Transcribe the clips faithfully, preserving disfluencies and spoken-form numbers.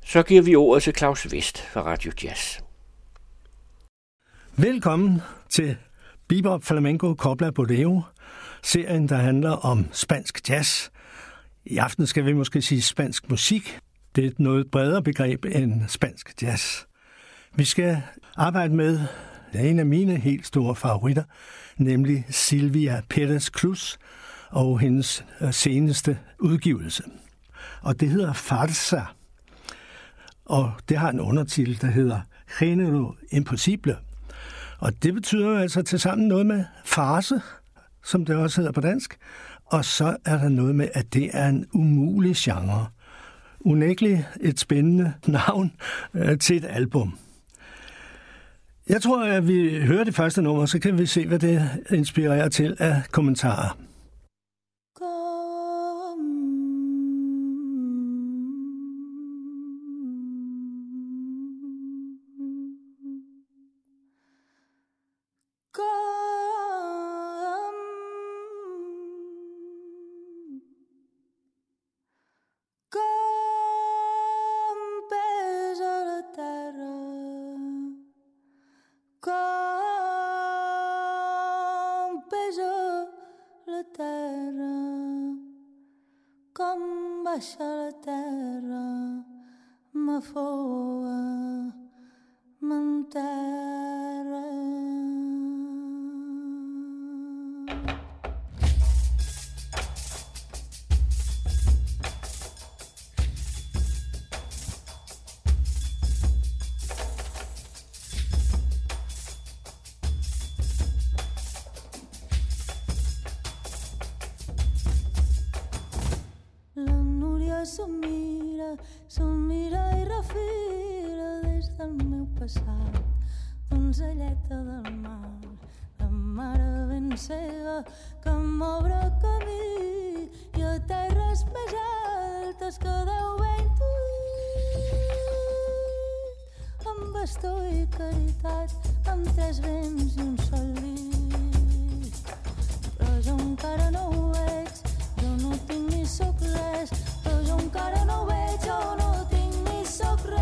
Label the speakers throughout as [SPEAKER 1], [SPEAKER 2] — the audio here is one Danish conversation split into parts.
[SPEAKER 1] Så giver vi ordet til Claus West fra Radio Jazz.
[SPEAKER 2] Velkommen til Bebop Flamenco Copla Bolero, serien, der handler om spansk jazz. I aften skal vi måske sige spansk musik. Det er et noget bredere begreb end spansk jazz. Vi skal arbejde med en af mine helt store favoritter, nemlig Silvia Pérez Cruz og hendes seneste udgivelse. Og det hedder Farsa, og det har en undertitel, der hedder Género Imposible. Og det betyder altså tilsammen noget med farce, som det også hedder på dansk, og så er der noget med, at det er en umulig genre. Unægteligt et spændende navn øh, til et album. Jeg tror, at vi hører det første nummer, så kan vi se, hvad det inspirerer til af kommentarer.
[SPEAKER 3] Baixa la terra, me foa, m'enterra. S'ho mira, s'ho mira i refira des del meu passat, donzelleta del mar, la mare ben cega que m'obre camí i a terres més altes que Déu va intuir. Amb bastó i caritat, amb tres vents i un sol dit, però jo encara no ho veig, jo no tinc ni soc res, però jo encara no ho veig, jo no tinc ni soc res.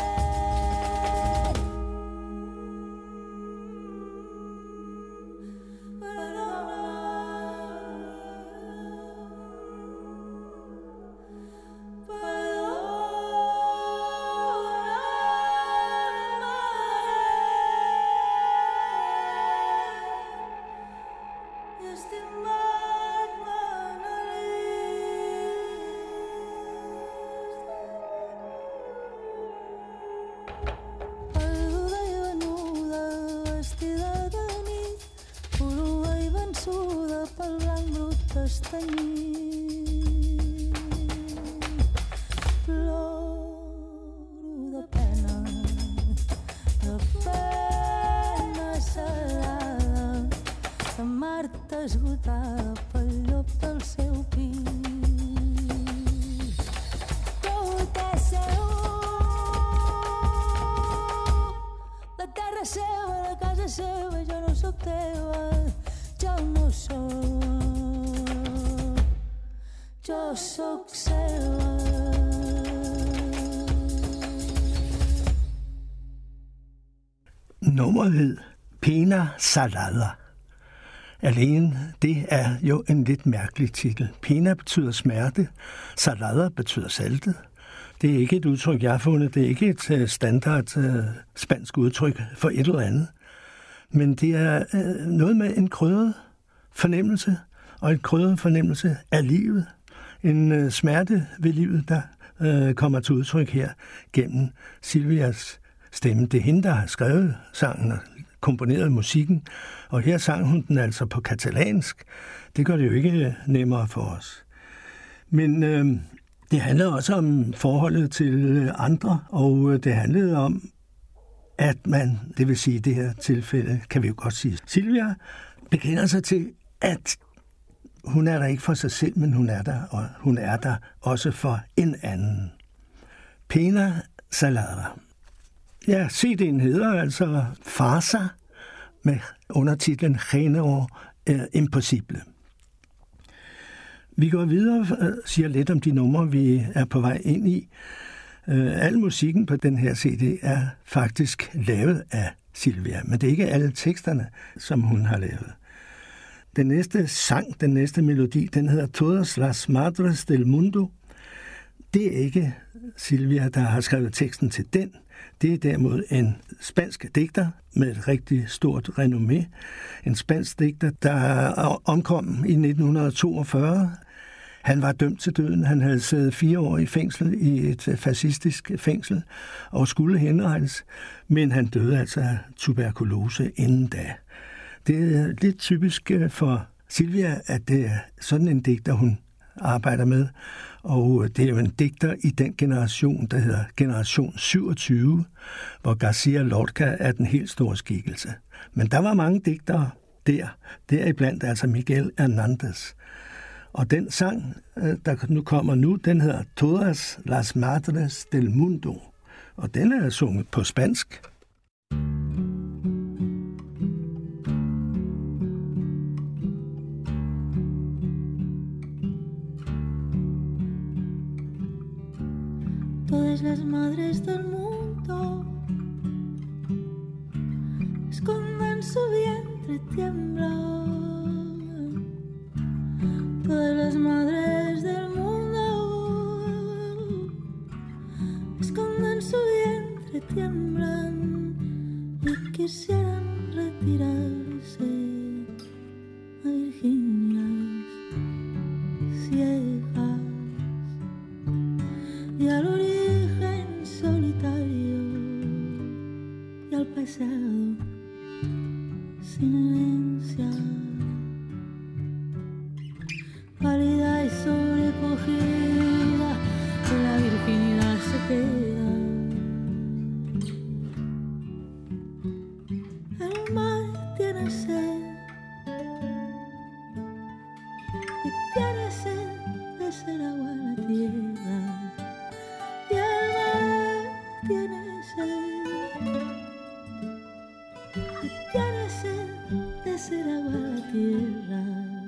[SPEAKER 3] Esgotada pel llop del seu pit. Tot és seu, la terra seva, la casa seva, jo no sóc teva, jo no sóc, jo sóc seva.
[SPEAKER 2] Nummeret hed Pena Salada. Alene, det er jo en lidt mærkelig titel. Pena betyder smerte, salada betyder saltet. Det er ikke et udtryk, jeg har fundet. Det er ikke et standard uh, spansk udtryk for et eller andet. Men det er uh, noget med en krydret fornemmelse, og en krydret fornemmelse af livet. En uh, smerte ved livet, der uh, kommer til udtryk her gennem Silvias stemme. Det er hende, der har skrevet sangen og komponeret musikken, og her sang hun den altså på katalansk. Det gør det jo ikke nemmere for os. Men øh, det handler også om forholdet til andre, og det handlede om, at man, det vil sige i det her tilfælde, kan vi jo godt sige, Silvia bekender sig til, at hun er der ikke for sig selv, men hun er der, og hun er der også for en anden. Pena Salada. Ja, C D'en hedder altså Farsa med undertitlen Género Imposible. Vi går videre og siger lidt om de numre, vi er på vej ind i. Øh, al musikken på den her C D er faktisk lavet af Silvia, men det er ikke alle teksterne, som hun har lavet. Den næste sang, den næste melodi, den hedder Todas las Madres del Mundo. Det er ikke Silvia, der har skrevet teksten til den. Det er derimod en spansk digter med et rigtig stort renommé. En spansk digter, der omkom i nitten toogfyrre. Han var dømt til døden. Han havde siddet fire år i fængsel, i et fascistisk fængsel, og skulle henrettes. Men han døde altså af tuberkulose inden da. Det er lidt typisk for Silvia, at det er sådan en digter, hun arbejder med. Og det er jo en digter i den generation, der hedder generation syvogtyve, hvor Garcia Lorca er den helt store skikkelse. Men der var mange digtere der, deriblandt altså Miguel Hernández. Og den sang, der nu kommer nu, den hedder Todas las Madres del Mundo, og den er sunget på spansk.
[SPEAKER 3] Todas las madres del mundo esconden su vientre, tiemblan. Todas las madres del mundo esconden su vientre, tiemblan y quisieran retirarse a Virginias ciegas y al origen solitario y al pasado sin herencia, pálida y sobrecogida, con la virginidad se queda. El mar tiene sed y tiene sed de ser agua en la tierra. Y el mar tiene sed y tiene sed de ser agua en la tierra.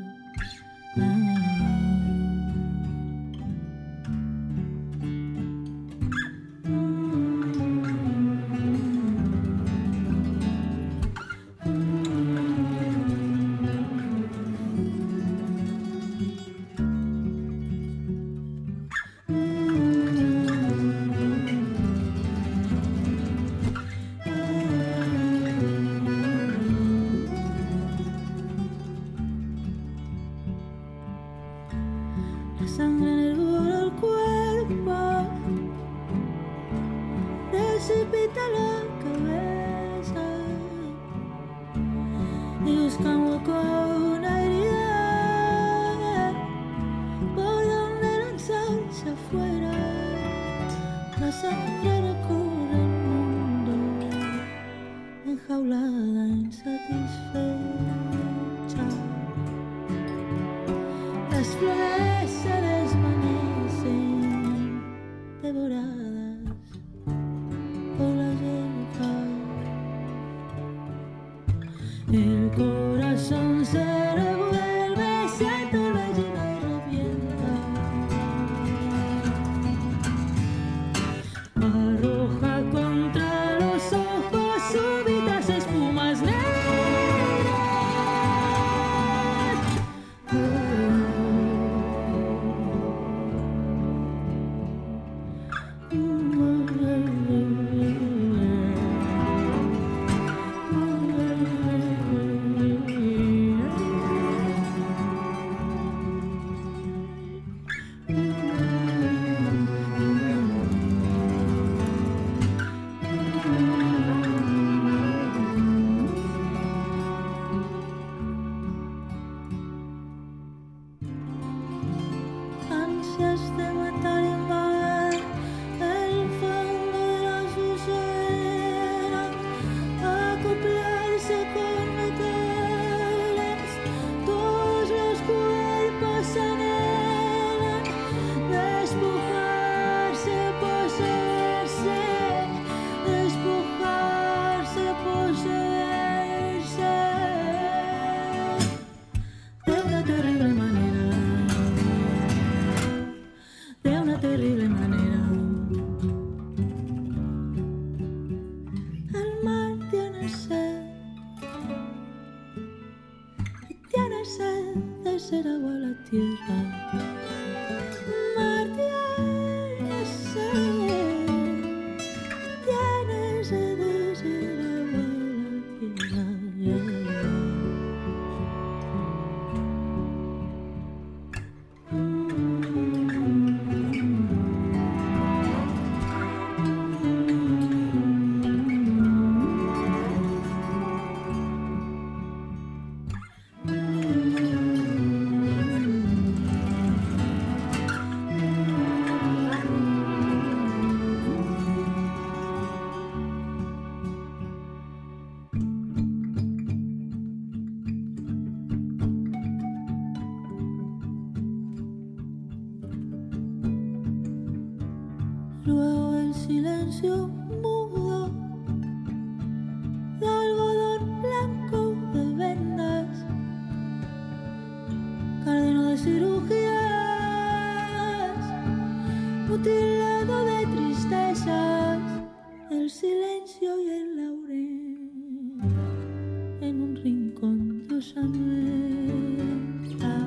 [SPEAKER 3] La sangre en el borde del cuerpo precipita la cabeza y busca un hueco, una herida por donde lanzarse afuera. La sangre recorre el mundo enjaulada, insatisfecha. Las flores se desvanecen, devoradas por la hierba. El corazón se revuelve, se atora, llena y revienta. luego el silencio mudo de algodón blanco de vendas, cárdeno de cirugías, mutilado de tristezas, el silencio y el laurel en un rincón de osamenta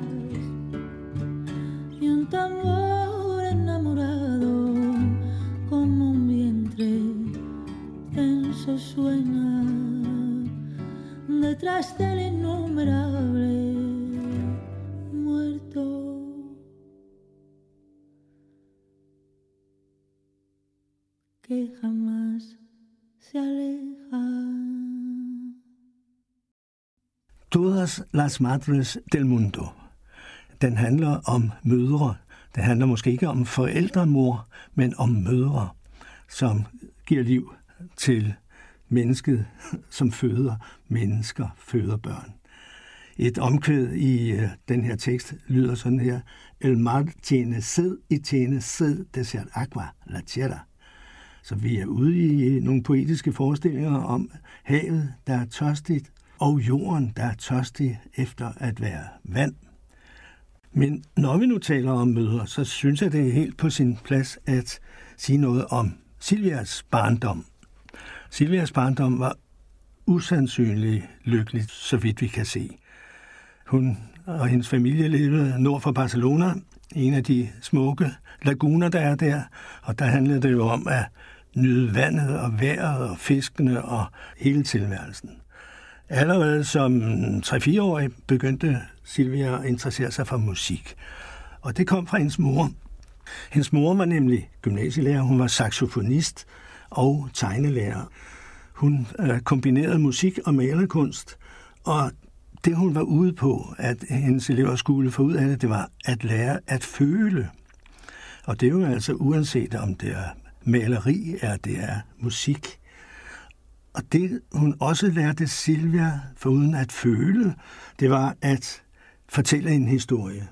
[SPEAKER 3] y un tambor enamorado como un vientre tenso suena detrás del innumerable muerto que jamás se aleja.
[SPEAKER 2] Todas las madres del mundo. Den handler om mødre. Den handler måske ikke om forældremor, men om mødre, som giver liv til mennesket, som føder mennesker, føder børn. Et omkvæd i uh, den her tekst lyder sådan her: El mar tiene sed y tiene sed de ser agua, la tierra. Så vi er ude i nogle poetiske forestillinger om havet, der er tørstigt, og jorden, der er tørstig efter at være vand. Men når vi nu taler om mødre, så synes jeg, det er helt på sin plads at sige noget om Silvias barndom. Silvias barndom var usandsynligt lykkelig, så vidt vi kan se. Hun og hendes familie levede nord for Barcelona, en af de smukke laguner, der er der, og der handlede det jo om at nyde vandet og vejret og fiskene og hele tilværelsen. Allerede som tre-fire-årig begyndte Silvia at interessere sig for musik, og det kom fra hendes mor. Hendes mor var nemlig gymnasielærer, hun var saxofonist og tegnelærer. Hun øh, kombinerede musik og malerkunst, og det hun var ude på, at hendes elever skulle få ud af det, det var at lære at føle. Og det er jo altså uanset om det er maleri eller det er musik. Og det hun også lærte Silvia foruden at føle, det var at fortælle en historie.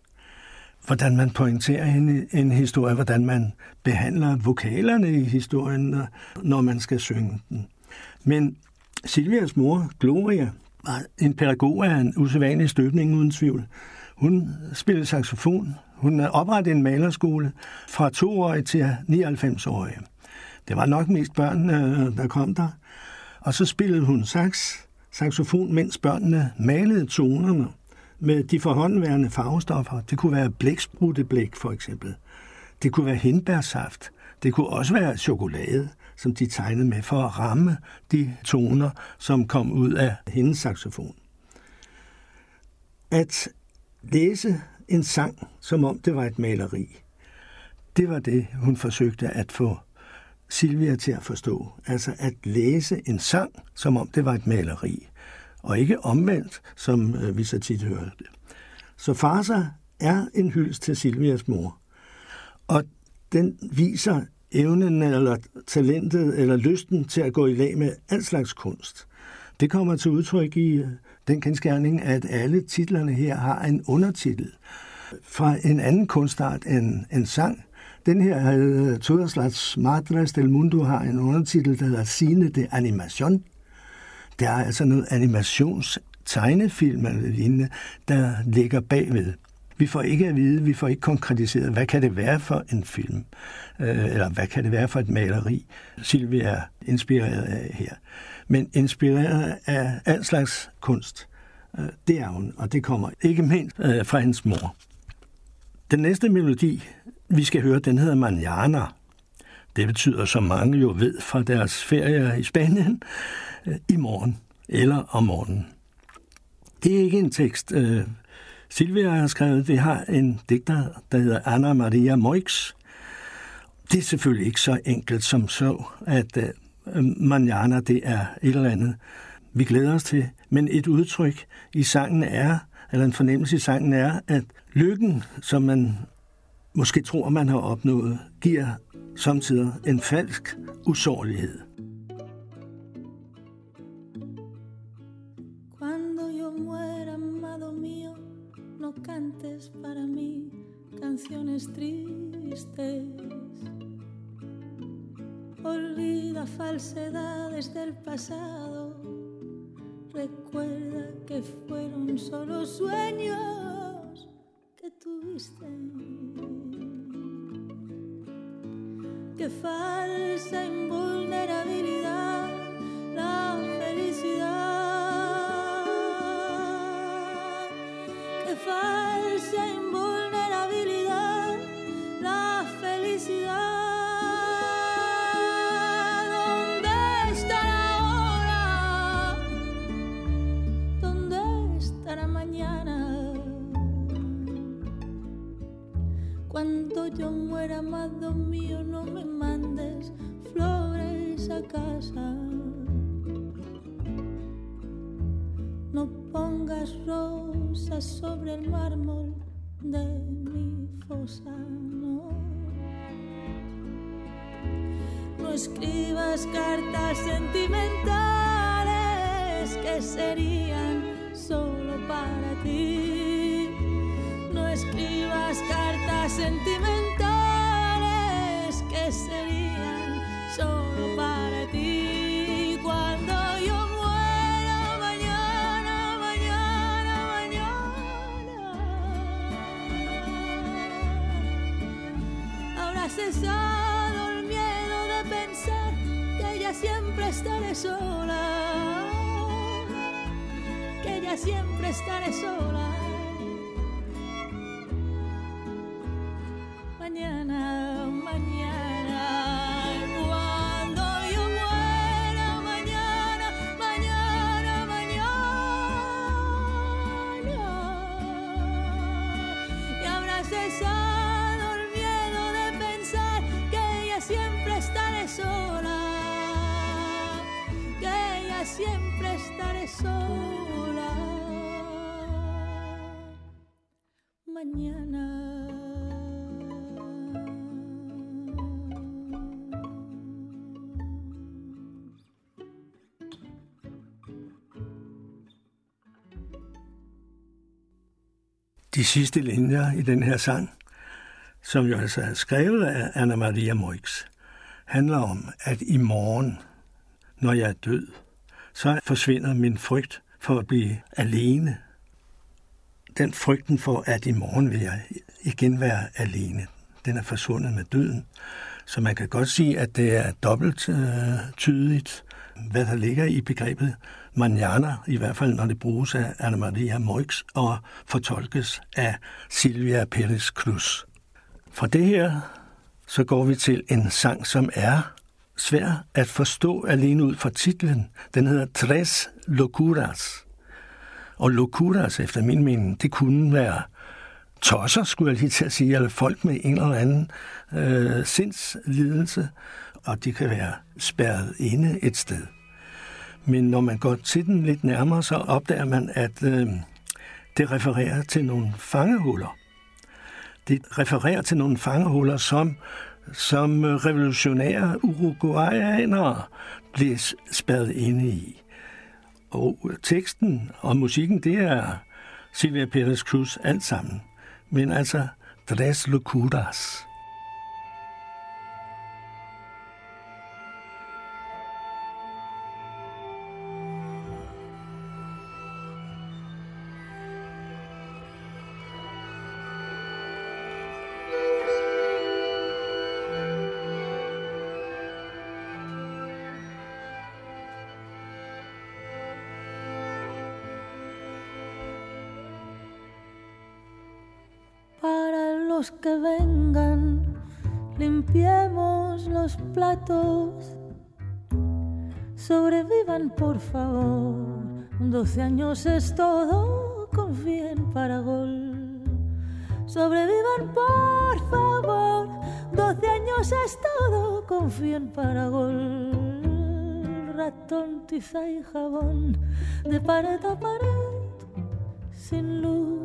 [SPEAKER 2] Hvordan man pointerer en, en historie, hvordan man behandler vokalerne i historien, når man skal synge den. Men Silvias mor, Gloria, var en pædagog af en usædvanlig støbning uden tvivl. Hun spillede saxofon. Hun oprettede en malerskole fra toårig til nioghalvfems-årig. Det var nok mest børnene, der kom der. Og så spillede hun sax, saxofon, mens børnene malede tonerne med de forhåndværende farvestoffer. Det kunne være blækspruteblæk for eksempel. Det kunne være hindbærsaft. Det kunne også være chokolade, som de tegnede med for at ramme de toner, som kom ud af hendes saxofon. At læse en sang, som om det var et maleri, det var det, hun forsøgte at få Silvia til at forstå. Altså at læse en sang, som om det var et maleri, og ikke omvendt, som vi så tit hørte det. Så Farsa er en hyldest til Silvias mor, og den viser evnen eller talentet eller lysten til at gå i lag med al slags kunst. Det kommer til udtryk i den kendsgerning, at alle titlerne her har en undertitel fra en anden kunstart end en sang. Den her Todas las Madres del Mundo har en undertitel, der hedder Cine de Animación. Der er altså noget animationstegnefilm eller lignende, der ligger bagved. Vi får ikke at vide, vi får ikke konkretiseret, hvad kan det være for en film, eller hvad kan det være for et maleri, Silvia er inspireret af her. Men inspireret af al slags kunst, det er hun, og det kommer ikke mindst fra hendes mor. Den næste melodi, vi skal høre, den hedder Mañana. Det betyder, som mange jo ved fra deres ferier i Spanien, i morgen eller om morgenen. Det er ikke en tekst, Silvia har skrevet. Det har en digter, der hedder Ana Maria Moix. Det er selvfølgelig ikke så enkelt som så, at uh, Mañana, det er et eller andet, vi glæder os til. Men et udtryk i sangen er, eller en fornemmelse i sangen er, at lykken, som man måske tror, man har opnået, giver samtidig en falsk usårlighed.
[SPEAKER 3] Cuando yo muera, amado mío, no cantes para mí canciones tristes. olvida falsedades del pasado, recuerda que fueron solo sueños que tuviste. Qué falsa invulnerabilidad la felicidad. Qué falsa invulnerabilidad la felicidad. ¿Dónde estará ahora? ¿Dónde estará mañana? Cuando yo muera, amado mío, no me mandes flores a casa. No pongas rosas sobre el mármol de mi fosa, no. No escribas cartas sentimentales que serían solo para ti. No escribas cartas sentimentales que serían solo para ti. Cuando yo muera mañana, mañana, mañana, habrá cesado el miedo de pensar que ya siempre estaré sola, que ya siempre estaré sola. Mañana, mañana, cuando yo muera, mañana, mañana, mañana, y habrá cesado el miedo de pensar que ya siempre estaré sola, que ya siempre estaré sola. Mañana.
[SPEAKER 2] De sidste linjer i den her sang, som jo altså er skrevet af Anna Maria Moix, handler om, at i morgen, når jeg er død, så forsvinder min frygt for at blive alene. Den frygten for, at i morgen vil jeg igen være alene, den er forsvundet med døden. Så man kan godt sige, at det er dobbelt øh, tydeligt, hvad der ligger i begrebet mañana, i hvert fald når det bruges af Anna Maria Moix og fortolkes af Silvia Pérez Cruz. Fra det her, så går vi til en sang, som er svær at forstå alene ud fra titlen. Den hedder Tres Locuras. Og locuras, efter min mening, det kunne være tosser, skulle jeg lige til at sige, eller folk med en eller anden øh, sindslidelse, og de kan være spærret inde et sted. Men når man går til den lidt nærmere, så opdager man, at øh, det refererer til nogle fangehuller. Det refererer til nogle fangehuller, som, som revolutionære uruguayanere blev spærret inde i. Og teksten og musikken, det er Silvia Pérez Cruz alt sammen. Men altså, Tres Locuras.
[SPEAKER 3] Los que vengan, limpiemos los platos, sobrevivan por favor, doce años es todo, confíen para gol. Sobrevivan por favor, doce años es todo, confíen para gol. Ratón, tiza y jabón, de pared a pared, sin luz.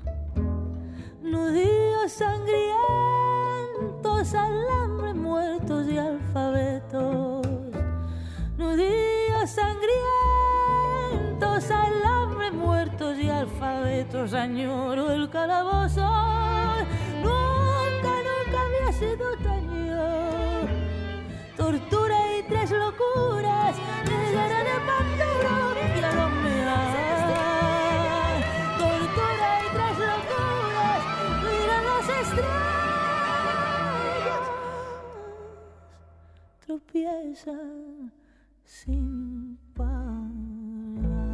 [SPEAKER 3] Nudillos sangrientos, alambre, muertos y alfabetos. Nudillos sangrientos, alambre, muertos y alfabetos. Añoro el calabozo, nunca, nunca había sido tan yo. Tortura empieza sin parar.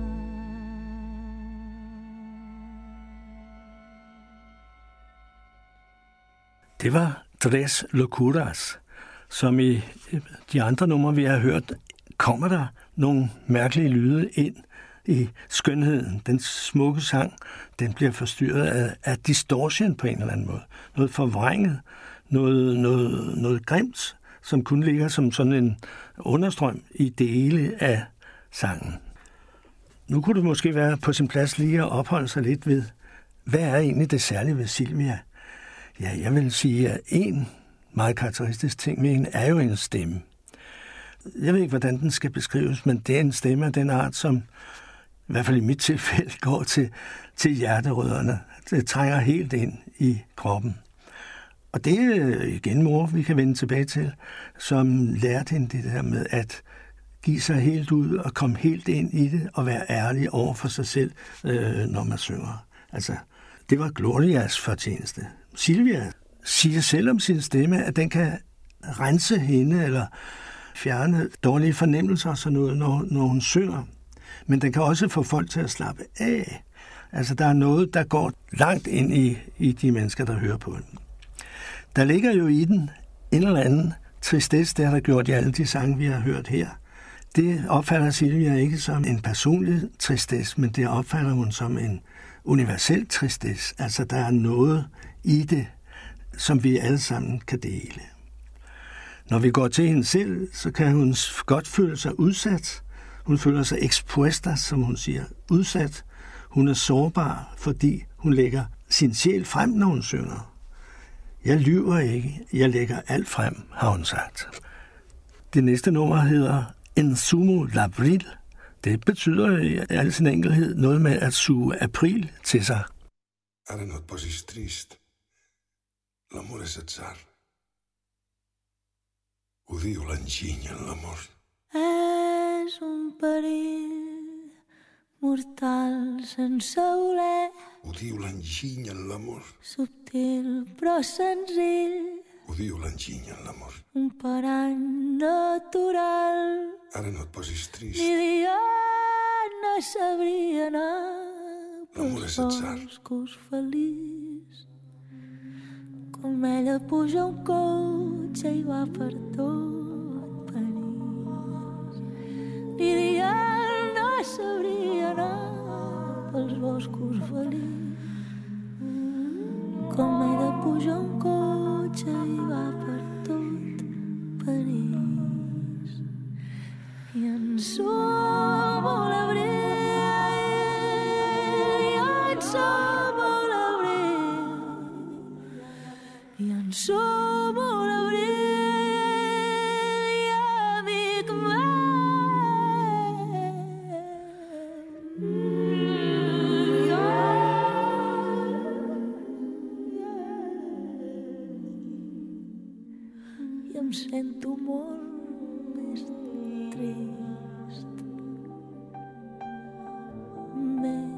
[SPEAKER 2] Det var Tres Locuras, som i de andre numre, vi har hørt, kommer der nogle mærkelige lyde ind i skønheden. Den smukke sang, den bliver forstyrret af, af distortion på en eller anden måde. Noget forvrænget, noget, noget, noget grimt, som kun ligger som sådan en understrøm i dele af sangen. Nu kunne det måske være på sin plads lige at opholde sig lidt ved, hvad er egentlig det særlige ved Silvia? Ja, jeg vil sige, at en meget karakteristisk ting med hende er jo en stemme. Jeg ved ikke, hvordan den skal beskrives, men det er en stemme af den art, som i hvert fald i mit tilfælde går til, til hjerterødderne. Det trænger helt ind i kroppen. Og det er igen mor, vi kan vende tilbage til, som lærte hende det der med at give sig helt ud og komme helt ind i det og være ærlig over for sig selv, øh, når man synger. Altså, det var Glorias fortjeneste. Silvia siger selv om sin stemme, at den kan rense hende eller fjerne dårlige fornemmelser og sådan noget, når, når hun synger. Men den kan også få folk til at slappe af. Altså, der er noget, der går langt ind i, i de mennesker, der hører på den. Der ligger jo i den en eller anden tristesse, det har der gjort i alle de sange, vi har hørt her. Det opfatter Silvia ikke som en personlig tristesse, men det opfatter hun som en universel tristesse. Altså, der er noget i det, som vi alle sammen kan dele. Når vi går til hende selv, så kan hun godt føle sig udsat. Hun føler sig expuesta, som hun siger, udsat. Hun er sårbar, fordi hun lægger sin sjæl frem, når hun synger. Jeg lyver ikke, jeg lægger alt frem, har hun sagt. Det næste nummer hedder En sumo l'abril. Det betyder i al sin enkelhed noget med at suge april til sig.
[SPEAKER 4] Ara no et posis trist. L'amor és atzar. Odio l'enginy en l'amor.
[SPEAKER 3] És un perill mortal sense voler.
[SPEAKER 4] Odio l'enginy en l'amor.
[SPEAKER 3] Subtil però senzill.
[SPEAKER 4] Odio l'enginy en l'amor.
[SPEAKER 3] Un parany natural.
[SPEAKER 4] Ara no et posis trist.
[SPEAKER 3] Ni dia no sabria anar
[SPEAKER 4] L'amor
[SPEAKER 3] pels
[SPEAKER 4] és atzar.
[SPEAKER 3] boscos feliç. Com ella puja un cotxe i va per tot París. Ni dia no sabria anar pels boscos feliç. Com ella puja un cotxe i va per tot París. I en som l'abril, i en som l'abril, i en som l'abril, i amic meu. I em sento molt més trist, més.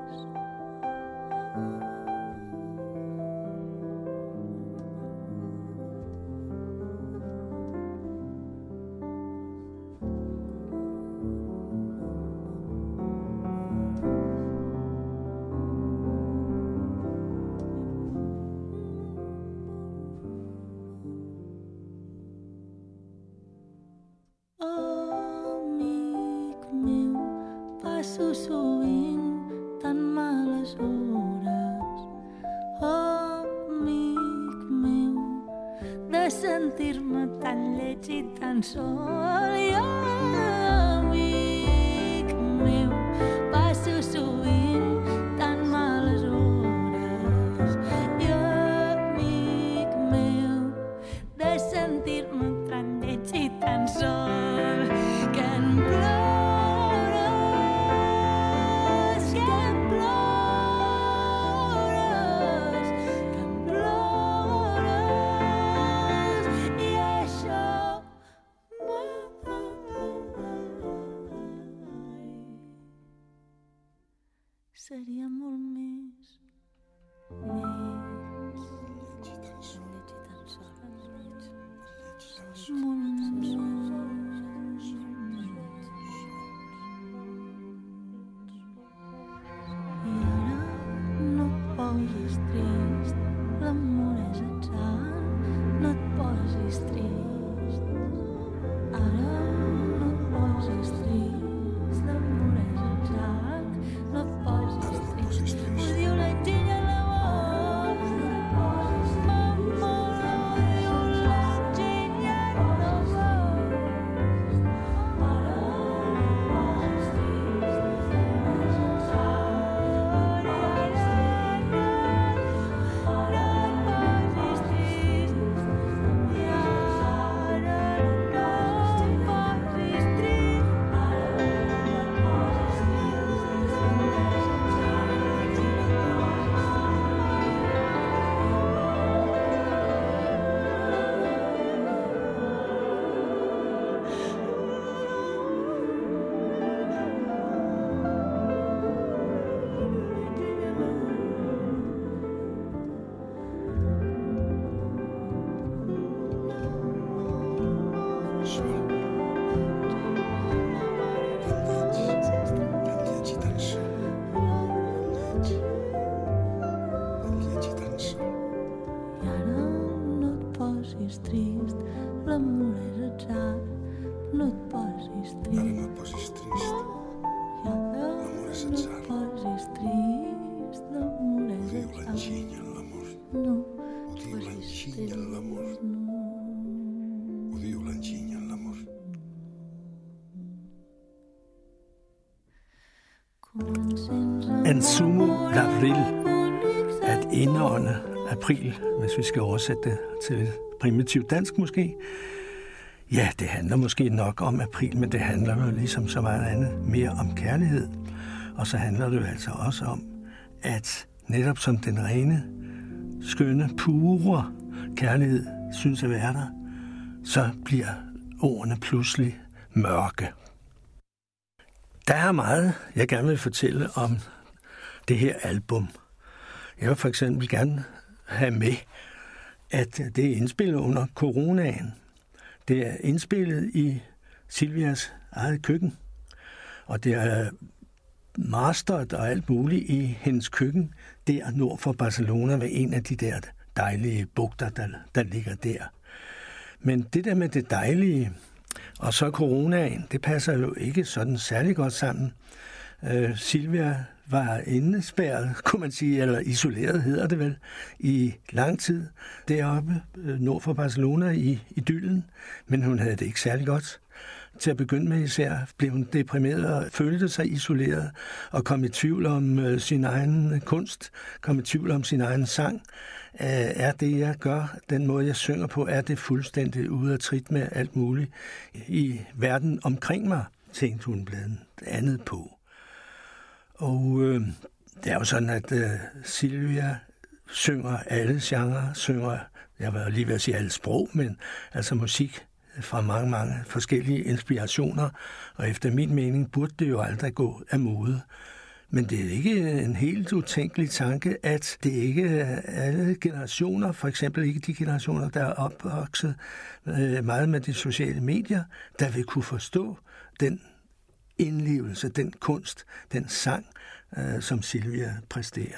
[SPEAKER 3] Amic meu, passo sovint tan males hores. Amic meu, de sentir-me tan lleig i tan sol. I amic meu, passo sovint tan males hores. I amic meu, de sentir-me tan lleig i tan sol. Que en plores, que en plores, que en plores, i això mai seria molt més més lleig i tan sol, molt més. és atzar, no et posis trist.
[SPEAKER 4] Ara no et posis trist.
[SPEAKER 3] Ja,
[SPEAKER 4] L'amor és
[SPEAKER 3] no
[SPEAKER 4] atzar.
[SPEAKER 3] et posis trist, l'amor
[SPEAKER 4] Ho
[SPEAKER 3] és
[SPEAKER 4] diu
[SPEAKER 3] atzar.
[SPEAKER 4] l'enginya en l'amor.
[SPEAKER 3] No
[SPEAKER 4] Ho diu
[SPEAKER 3] posis
[SPEAKER 4] l'enginya en l'amor.
[SPEAKER 3] trist, no.
[SPEAKER 4] Ho diu l'enginya en l'amor.
[SPEAKER 2] En sumo l'avril, at indånde april, hvis vi skal oversætte det til primitivt dansk måske. Ja, det handler måske nok om april, men det handler jo ligesom så meget andet mere om kærlighed. Og så handler det jo altså også om, at netop som den rene, skønne, pure kærlighed synes at være der, så bliver ordene pludselig mørke. Der er meget, jeg gerne vil fortælle om det her album. Jeg vil for eksempel gerne have med, at det er indspillet under coronaen. Det er indspillet i Silvias eget køkken, og det er masteret og alt muligt i hendes køkken, der nord for Barcelona, ved en af de der dejlige bugter, der, der ligger der. Men det der med det dejlige, og så coronaen, det passer jo ikke sådan særlig godt sammen. Øh, Silvia var indespærret, kunne man sige, eller isoleret hedder det vel, i lang tid deroppe nord for Barcelona i idyllen, men hun havde det ikke særlig godt. Til at begynde med især blev hun deprimeret og følte sig isoleret og kom i tvivl om øh, sin egen kunst, kom i tvivl om sin egen sang. Øh, er det, jeg gør, den måde, jeg synger på, er det fuldstændig ude af trit med alt muligt i verden omkring mig, tænkte hun blandt andet på. Og øh, det er jo sådan, at øh, Silvia synger alle genrer, synger, jeg var lige ved at sige alle sprog, men altså musik fra mange, mange forskellige inspirationer, og efter min mening burde det jo aldrig gå af mode. Men det er ikke en helt utænkelig tanke, at det ikke er alle generationer, for eksempel ikke de generationer, der er opvokset øh, meget med de sociale medier, der vil kunne forstå den indlevelse, den kunst, den sang, øh, som Silvia præsterer.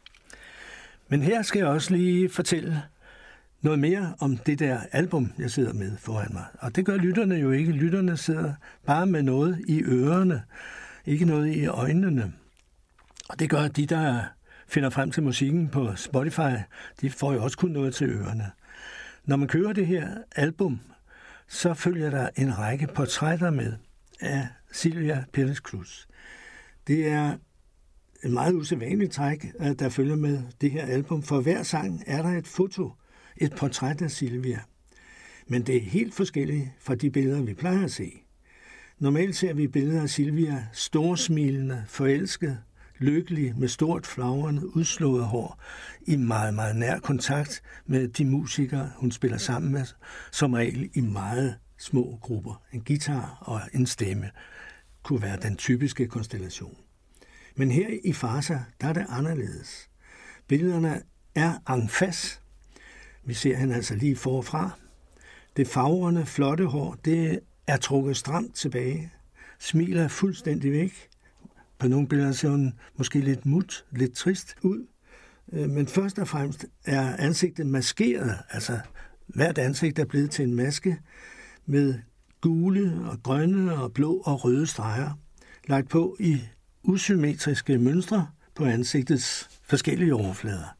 [SPEAKER 2] Men her skal jeg også lige fortælle noget mere om det der album, jeg sidder med foran mig. Og det gør lytterne jo ikke. Lytterne sidder bare med noget i ørerne, ikke noget i øjnene. Og det gør de, der finder frem til musikken på Spotify, de får jo også kun noget til ørerne. Når man kører det her album, så følger der en række portrætter med af Silvia Pérez-Cruz. Det er en meget usædvanlig træk, der følger med det her album. For hver sang er der et foto, et portræt af Silvia. Men det er helt forskelligt fra de billeder, vi plejer at se. Normalt ser vi billeder af Silvia storsmilende, forelsket, lykkelig, med stort flagrende, udslået hår, i meget, meget nær kontakt med de musikere, hun spiller sammen med, som regel i meget små grupper. En guitar og en stemme kunne være den typiske konstellation. Men her i Farsa, der er det anderledes. Billederne er en face. Vi ser hende altså lige forfra. Det farverne, flotte hår, det er trukket stramt tilbage. Smiler fuldstændig væk. På nogle billeder ser hun måske lidt mut, lidt trist ud. Men først og fremmest er ansigtet maskeret. Altså hvert ansigt er blevet til en maske med gule og grønne og blå og røde streger, lagt på i usymmetriske mønstre på ansigtets forskellige overflader.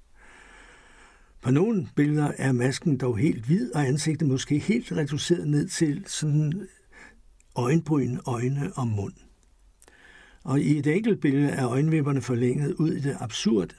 [SPEAKER 2] På nogle billeder er masken dog helt hvid, og ansigtet måske helt reduceret ned til sådan øjenbryn, øjne og mund. Og i et enkelt billede er øjenvipperne forlænget ud i det absurde.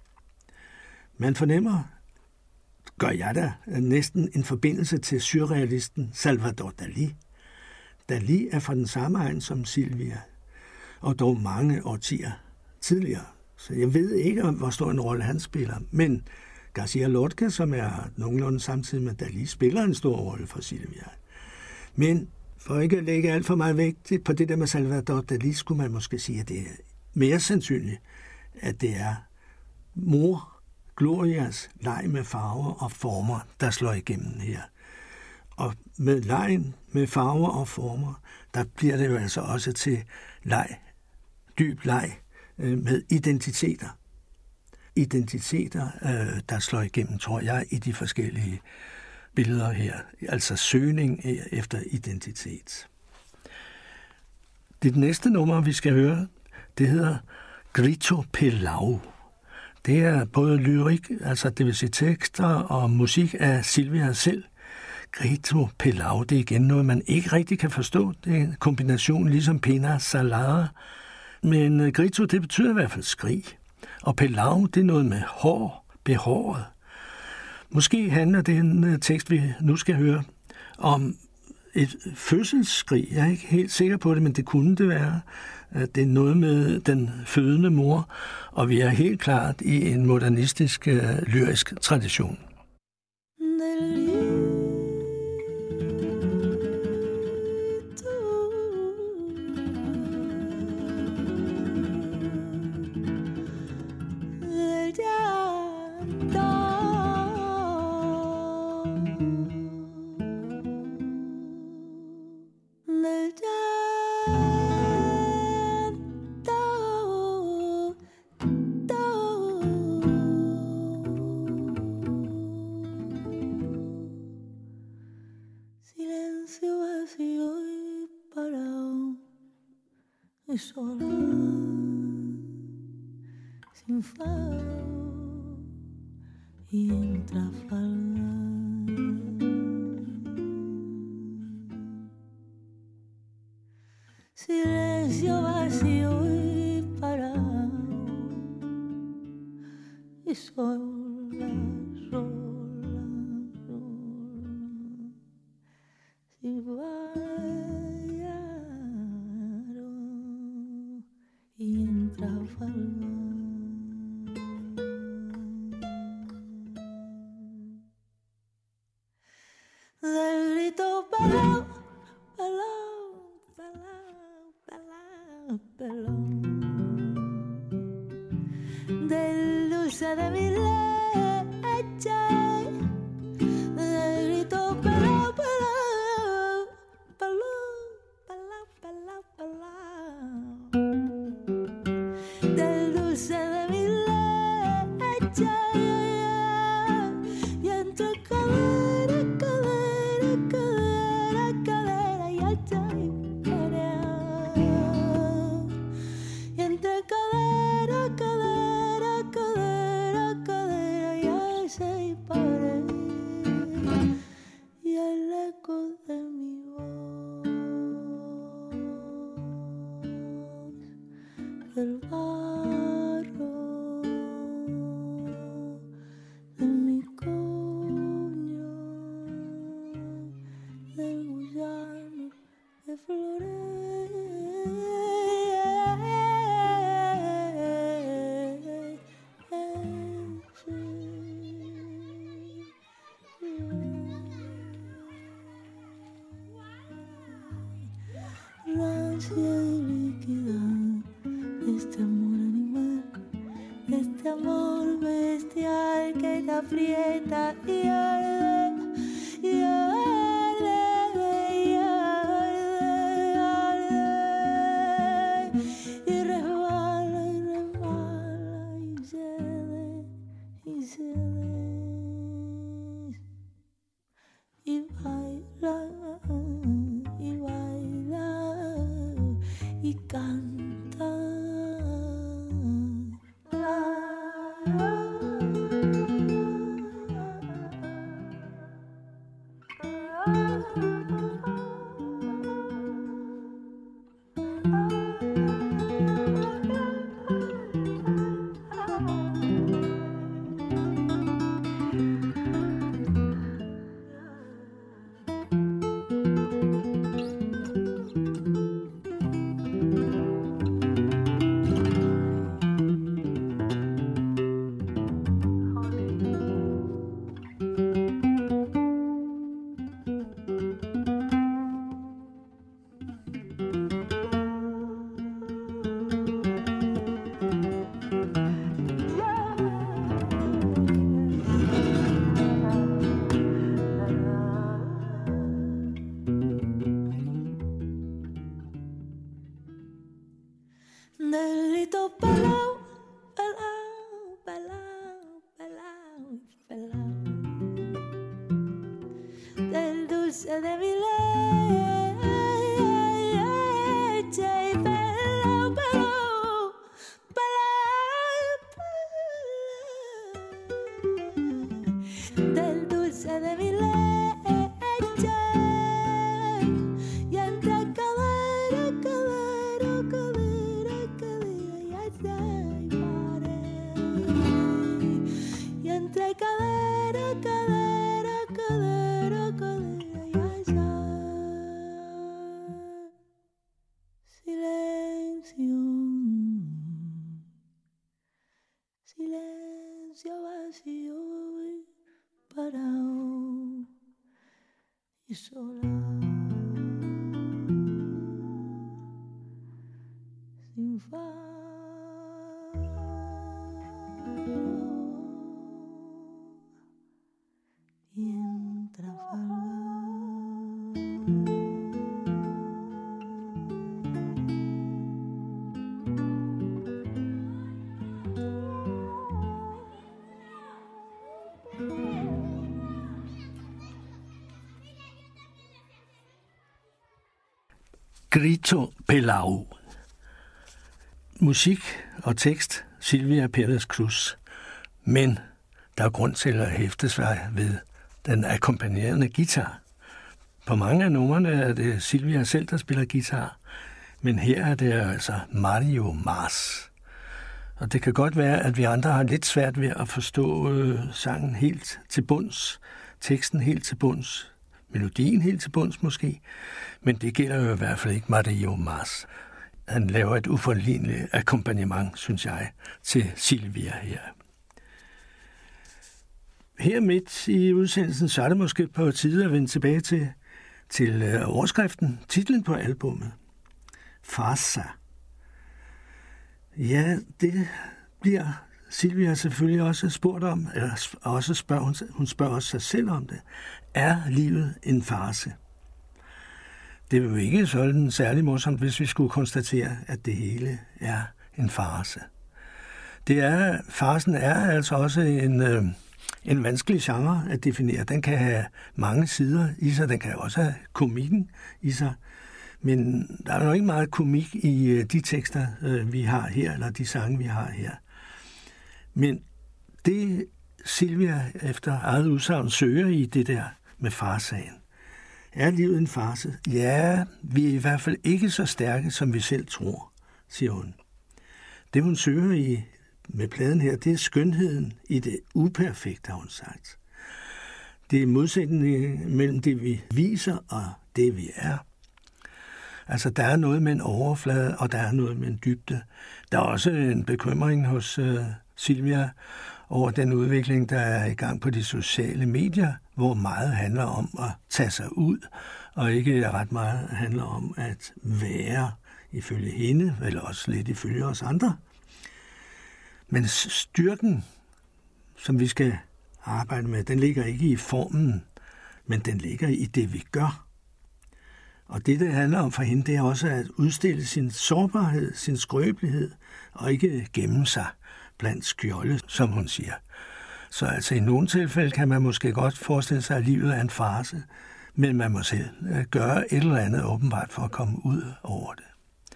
[SPEAKER 2] Man fornemmer, gør jeg da, næsten en forbindelse til surrealisten Salvador Dalí. Dalí er fra den samme egen som Silvia, og dog mange årtier tidligere. Så jeg ved ikke, hvor stor en rolle han spiller, men García Lorca, som er nogenlunde samtidig med Dalí, spiller en stor rolle for Silvia. Men for ikke at lægge alt for meget vægt på det der med Salvador Dalí, skulle man måske sige, at det er mere sandsynligt, at det er mor Glorias leg med farver og former, der slår igennem her. Og med legen med farver og former, der bliver det jo altså også til leg, dyb leg med identiteter. Identiteter, der slår igennem, tror jeg, i de forskellige billeder her, altså søgning efter identitet. Det næste nummer, vi skal høre, det hedder Grito Pelau. Det er både lyrik, altså det vil sige tekster og musik af Silvia selv. Grito Pelau, det er igen noget, man ikke rigtig kan forstå. Det er en kombination ligesom Pena Salada. Men grito, det betyder i hvert fald skrig. Og Pelau, det er noget med hår, behåret. Måske handler den tekst, vi nu skal høre, om et fødselsskrig. Jeg er ikke helt sikker på det, men det kunne det være. Det er noget med den fødende mor, og vi er helt klart i en modernistisk lyrisk tradition.
[SPEAKER 3] Sola, sin faro y en Trafalgar. Silencio vacío y parado y sola, sola, sola, sin vaya y en Trafalgar. Del grito pelao, pelao, pelao, pelao, pelao, del dulce de mi leche, del grito pelao, pelao, pelao, pelao, pelao, pelao, del dulce de mi leche, y entre cadera, cadera, cadera, cadera, y alta y cadera, y entre cadera, cadera, cadera, cadera, y alza y pared, y el eco de mi voz, el barro de mi coño, del gusano de flores. Rancia y líquida, este amor animal, este amor bestial que te aprieta y arde, y arde, y arde, arde, y resbala, y resbala, y cede, y cede, y baila, y baila, y canta. y sola, sin faro y en Trafalgar.
[SPEAKER 2] Grito Palau. Musik og tekst Silvia Pérez Cruz. Men der er grund til at hæfte sig ved den akkompagnerende guitar. På mange af numrene er det Silvia selv, der spiller guitar, men her er det altså Mario Mars. Og det kan godt være, at vi andre har lidt svært ved at forstå øh, sangen helt til bunds, teksten helt til bunds, melodien helt til bunds måske, men det gælder jo i hvert fald ikke Mario Mars. Han laver et uforligneligt akkompagnement, synes jeg, til Silvia her. Her midt i udsendelsen, så er det måske på tide at vende tilbage til, til øh, overskriften, titlen på albummet. Farsa. Ja, det bliver Silvia selvfølgelig også spurgt om, eller også spørger hun, hun spørger også sig selv om det. Er livet en farce? Det er jo ikke sådan særlig morsomt, hvis vi skulle konstatere, at det hele er en farce. Det er, farcen er altså også en, øh, en vanskelig genre at definere. Den kan have mange sider i sig, den kan også have komikken i sig. Men der er jo ikke meget komik i de tekster, vi har her, eller de sange, vi har her. Men det Silvia efter eget udsagn søger i det der med farsagen. Er livet en farce? Ja, vi er i hvert fald ikke så stærke, som vi selv tror, siger hun. Det hun søger i med pladen her, det er skønheden i det uperfekte, har hun sagt. Det er modsætningen mellem det, vi viser, og det, vi er. Altså, der er noget med en overflade, og der er noget med en dybde. Der er også en bekymring hos uh, Silvia over den udvikling, der er i gang på de sociale medier, hvor meget handler om at tage sig ud, og ikke ret meget handler om at være ifølge hende, eller også lidt ifølge os andre. Men styrken, som vi skal arbejde med, den ligger ikke i formen, men den ligger i det, vi gør. Og det, det handler om for hende, det er også at udstille sin sårbarhed, sin skrøbelighed, og ikke gemme sig blandt skjolde, som hun siger. Så altså i nogle tilfælde kan man måske godt forestille sig, at livet er en farce, men man må selv gøre et eller andet åbenbart for at komme ud over det.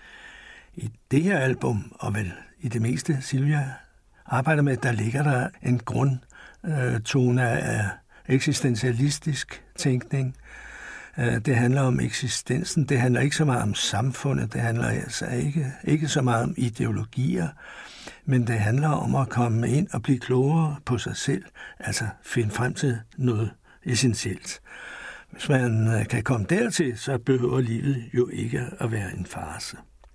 [SPEAKER 2] I det her album, og vel i det meste Silvia arbejder med, der ligger der en grundtone af eksistentialistisk tænkning. Det handler om eksistensen, det handler ikke så meget om samfundet, det handler altså ikke, ikke så meget om ideologier, men det handler om at komme ind og blive klogere på sig selv, altså finde frem til noget essentielt. Hvis man kan komme dertil, så behøver livet jo ikke at være en farce.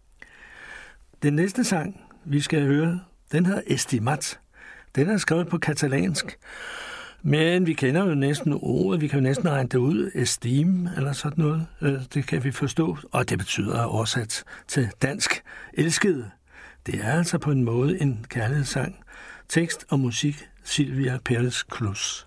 [SPEAKER 2] Den næste sang, vi skal høre, den hedder Estimat. Den er skrevet på katalansk, men vi kender jo næsten ordet, vi kan jo næsten regne det ud, estim eller sådan noget, det kan vi forstå, og det betyder oversat til dansk elskede. Det er altså på en måde en kærlighedssang. Tekst og musik Silvia Pérez Cruz.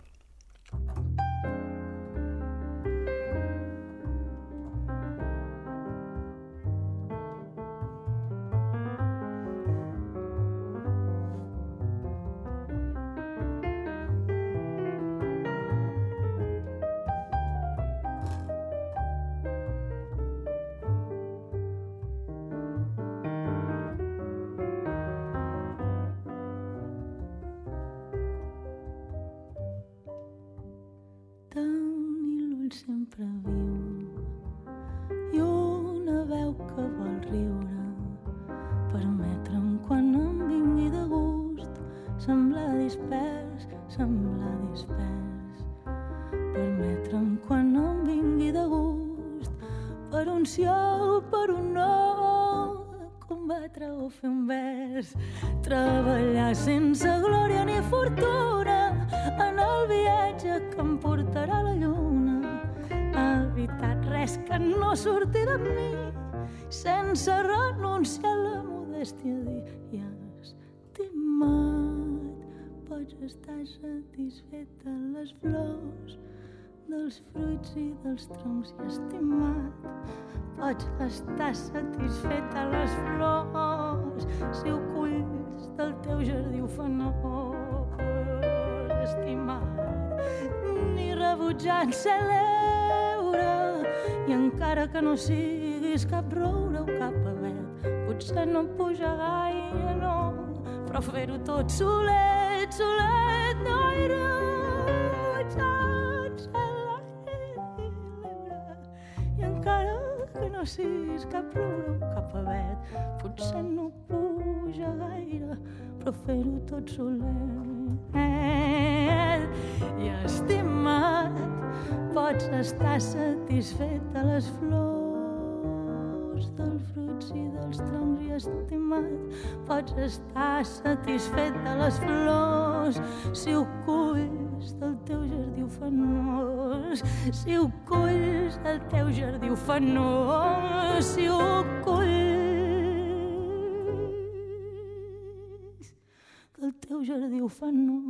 [SPEAKER 3] Sempre viu i una veu que vol riure, permetre'm quan em vingui de gust semblar dispers, semblar dispers, permetre'm quan em vingui de gust per un sí o per un no, combatre o fer un vers, treballar sense glòria ni fortuna en el viatge que em portarà a la lluna, a veritat, res que no sortirà amb mi, sense renunciar a la modèstia, dir, i estimat, pots estar satisfet de les flors, dels fruits i dels troncs, i estimat, pots estar satisfet de les flors, si ho culls del teu jardí ufanós, estimat, ni rebutjant celebra, i encara que no siguis cap roure o cap avet, potser no puja gaire, no, però fer-ho tot solet, solet, no hi rebutjant celebra, i encara que no siguis cap roure o cap avet, potser no puja gaire, però fer-ho tot solet. I estimat, pots estar satisfet de les flors, dels fruits i dels troncs, i estimat, pots estar satisfet de les flors, si ho culls del teu jardí ufanós, si ho culls del teu jardí ufanós, si ho culls del teu jardí ufanós.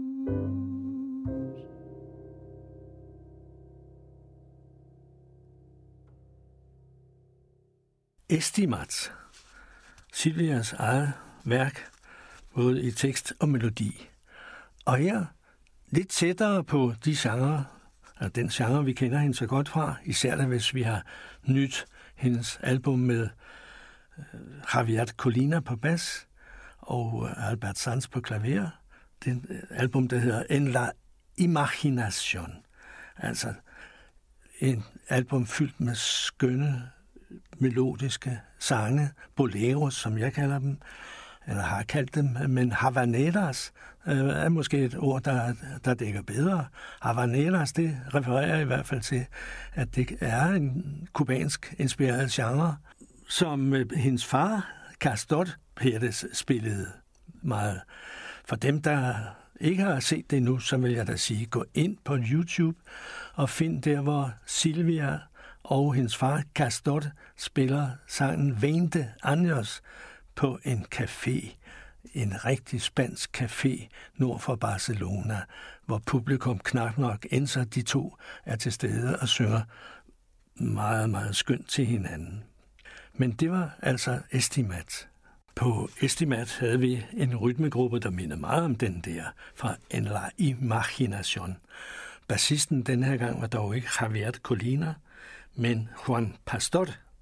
[SPEAKER 2] Estimat, Silvias eget værk, både i tekst og melodi. Og her lidt tættere på de genre, og den genre, vi kender hende så godt fra, især da hvis vi har nyt hendes album med Javier Colina på bas og Albert Sanz på klaver. Det album, der hedder En la Imaginación. Altså en album fyldt med skønne melodiske sange, boleros, som jeg kalder dem, eller har kaldt dem, men havaneras øh, er måske et ord, der, der dækker bedre. Havaneras, det refererer i hvert fald til, at det er en kubansk inspireret genre, som øh, hendes far, Castor Pérez, spillede meget. For dem, der ikke har set det nu, så vil jeg da sige, gå ind på YouTube og find der, hvor Silvia og hendes far, Castor, spiller sangen Veinte Años på en café, en rigtig spansk café nord for Barcelona, hvor publikum knap nok indser de to er til stede og synger meget, meget skønt til hinanden. Men det var altså Estimat. På Estimat havde vi en rytmegruppe, der minder meget om den der fra En la Imaginación. Bassisten den her gang var dog ikke Javier Colina, men Juan Pastor,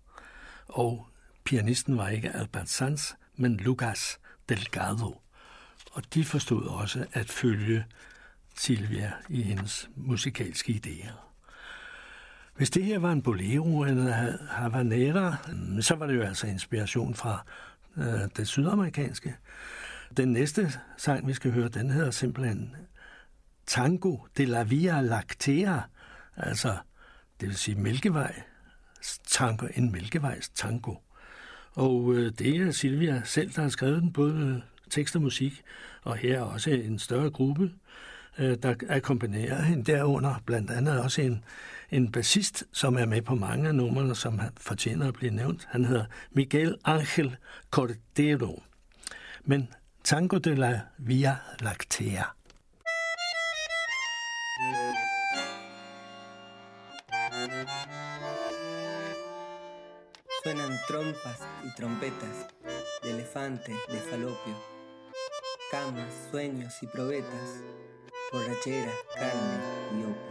[SPEAKER 2] og pianisten var ikke Albert Sanz, men Lucas Delgado. Og de forstod også at følge Silvia i hendes musikalske idéer. Hvis det her var en bolero eller havanera, så var det jo altså inspiration fra øh, det sydamerikanske. Den næste sang, vi skal høre, den hedder simpelthen Tango de la Via Lactea, altså det vil sige mælkevej, tango, en mælkevejs tango. Og øh, det er Silvia selv, der har skrevet den, både tekst og musik, og her er også en større gruppe, øh, der akkompagnerer hende derunder, blandt andet også en, en bassist, som er med på mange af numrene, som fortjener at blive nævnt. Han hedder Miguel Ángel Cordero. Men Tango de la Via Lactea.
[SPEAKER 5] Suenan trompas y trompetas de elefante, de falopio, camas, sueños y probetas, borrachera, carne y opio.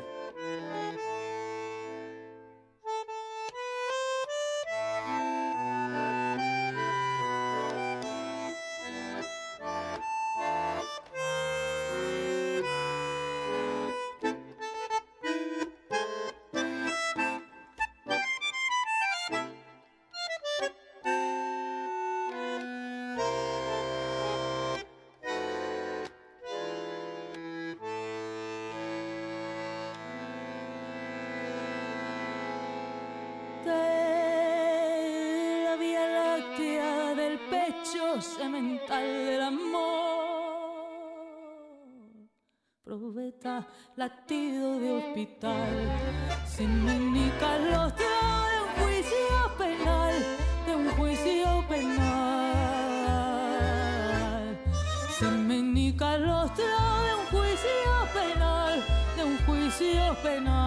[SPEAKER 3] Semental del amor, probeta, latido de hospital. Se me indica el rostro de un juicio penal, de un juicio penal. Se me indica el rostro de un juicio penal, de un juicio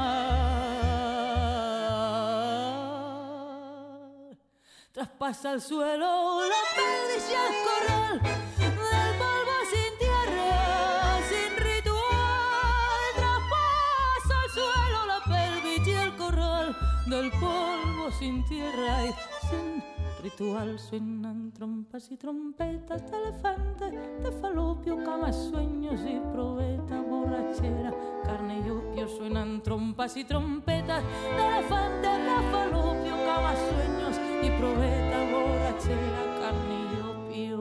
[SPEAKER 3] penal. Traspasa el suelo la pelvis y el corral, del polvo sin tierra, sin ritual. Traspasa el suelo la pelvis y el corral, del polvo sin tierra y sin ritual. Suenan trompas y trompetas de elefante, de falopio, camas, sueños y probeta, borrachera, carne y opio. Suenan trompas y trompetas de elefante, de falopio, camas, sueños y probeta, borrachera, carne y opio.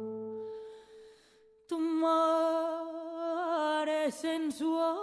[SPEAKER 3] Tu mar es sensual,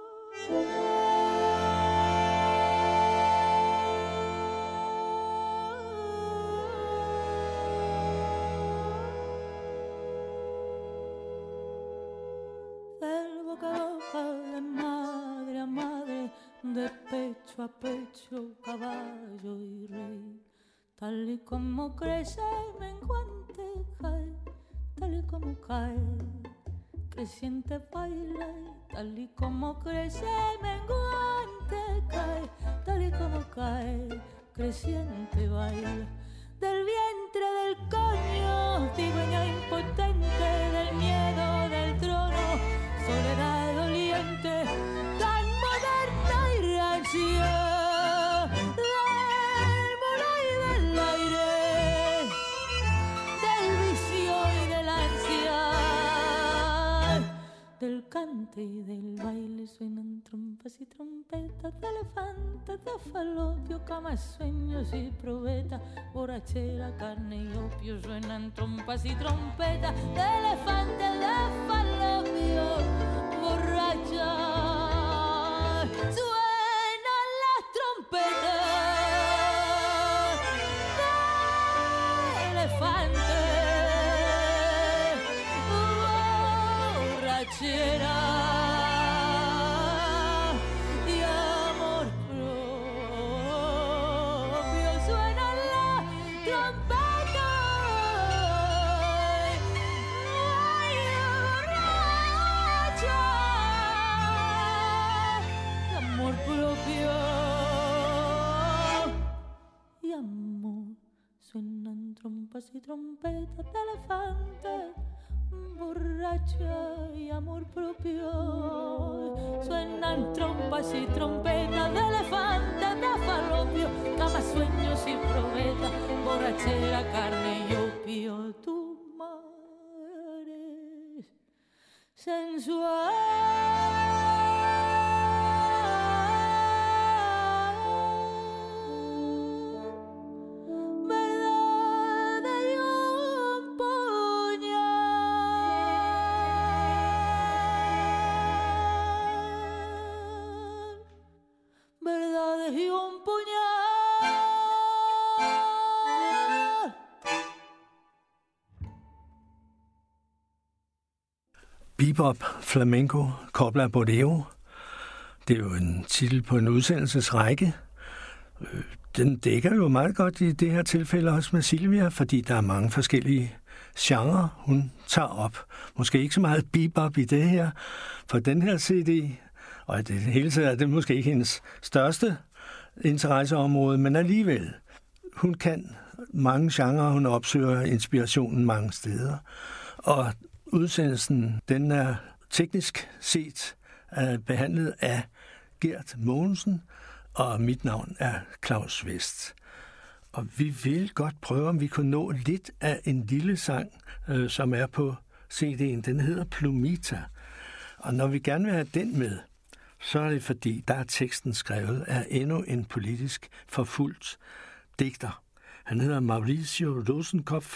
[SPEAKER 3] del boca a boca, de madre a madre, de pecho a pecho, caballo y rey. Tal y como crece menguante cae, tal y como cae, creciente baila. Tal y como crece menguante cae, tal y como cae, creciente baila. Del vientre del coño, cigüeña impotente, del miedo del trono, soledad doliente, tan moderna y rancia. Del cante y del baile suenan trompas y trompetas de elefantes, de falopio, camas, sueños y probeta, borrachera, carne y opio. Suenan trompas y trompetas de elefantes, de falopio, borracha. Suenan las trompetas de elefantes, y amor propio. Suena la trompeta, ay, borracha, amor propio y amor. Suenan trompas y trompetas de elefantes, borracha y amor propio. Suenan trompas y trompetas de elefantes, de falopio, camas, sueños y probeta, borrachera, carne y opio. Tu madre sensual.
[SPEAKER 2] Bebop, flamenco, Copla Bordeo. Det er jo en titel på en udsendelsesrække. Den dækker jo meget godt i det her tilfælde også med Silvia, fordi der er mange forskellige genrer, hun tager op. Måske ikke så meget bebop i det her, for den her C D, og i det hele taget er det måske ikke hendes største interesseområde, men alligevel, hun kan mange genrer, hun opsøger inspirationen mange steder. Og udsendelsen, den er teknisk set uh, behandlet af Gert Mogensen, og mit navn er Claus Vest. Og vi vil godt prøve, om vi kunne nå lidt af en lille sang, uh, som er på C D'en. Den hedder Plumita. Og når vi gerne vil have den med, så er det fordi, der er teksten skrevet af endnu en politisk forfulgt digter. Han hedder Mauricio Rosenkopf.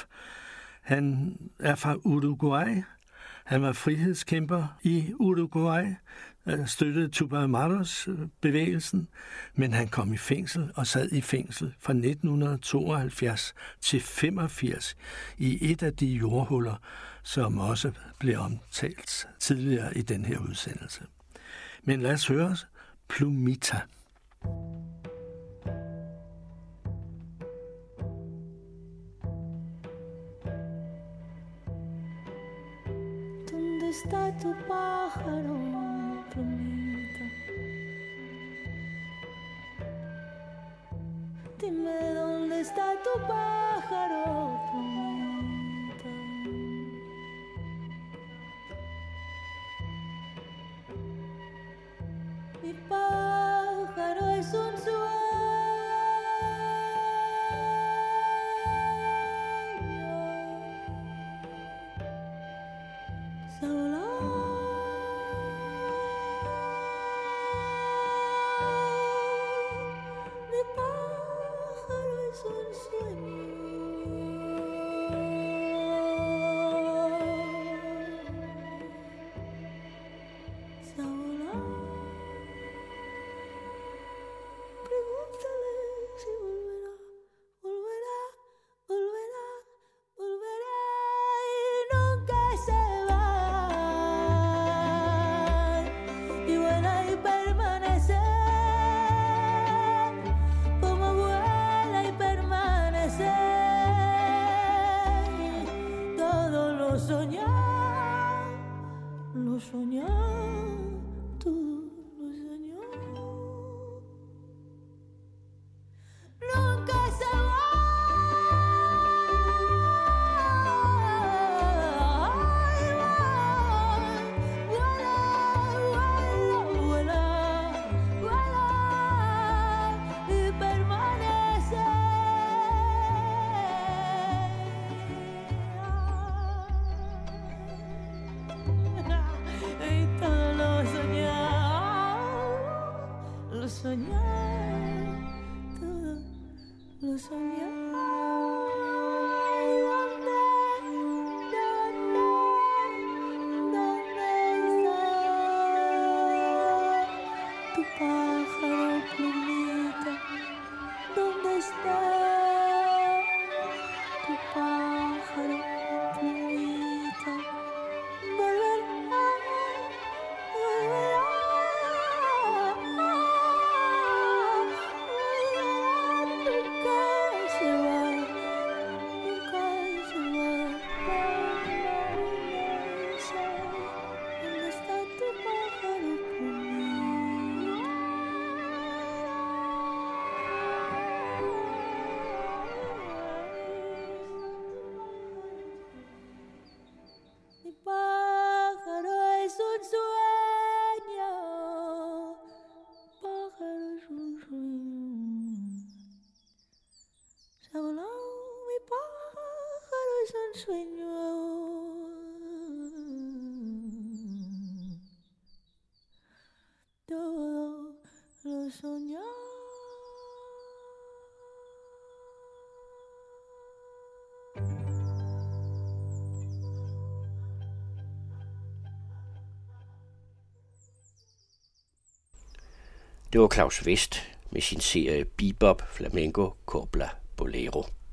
[SPEAKER 2] Han er fra Uruguay. Han var frihedskæmper i Uruguay støttede Tupac Amaros bevægelsen, men han kom i fængsel og sad i fængsel fra nitten tooghalvfjerds til femogfirs i et af de jordhuller, som også blev omtalt tidligere i den her udsendelse. Men lad os høre Plumita.
[SPEAKER 3] ¿Dónde está tu pájaro, plumita? Dime dónde está tu pájaro, plumita. Mi pájaro es un sueño.
[SPEAKER 1] Det var Claus West med sin serie Bebop, Flamenco, Copla, Bolero.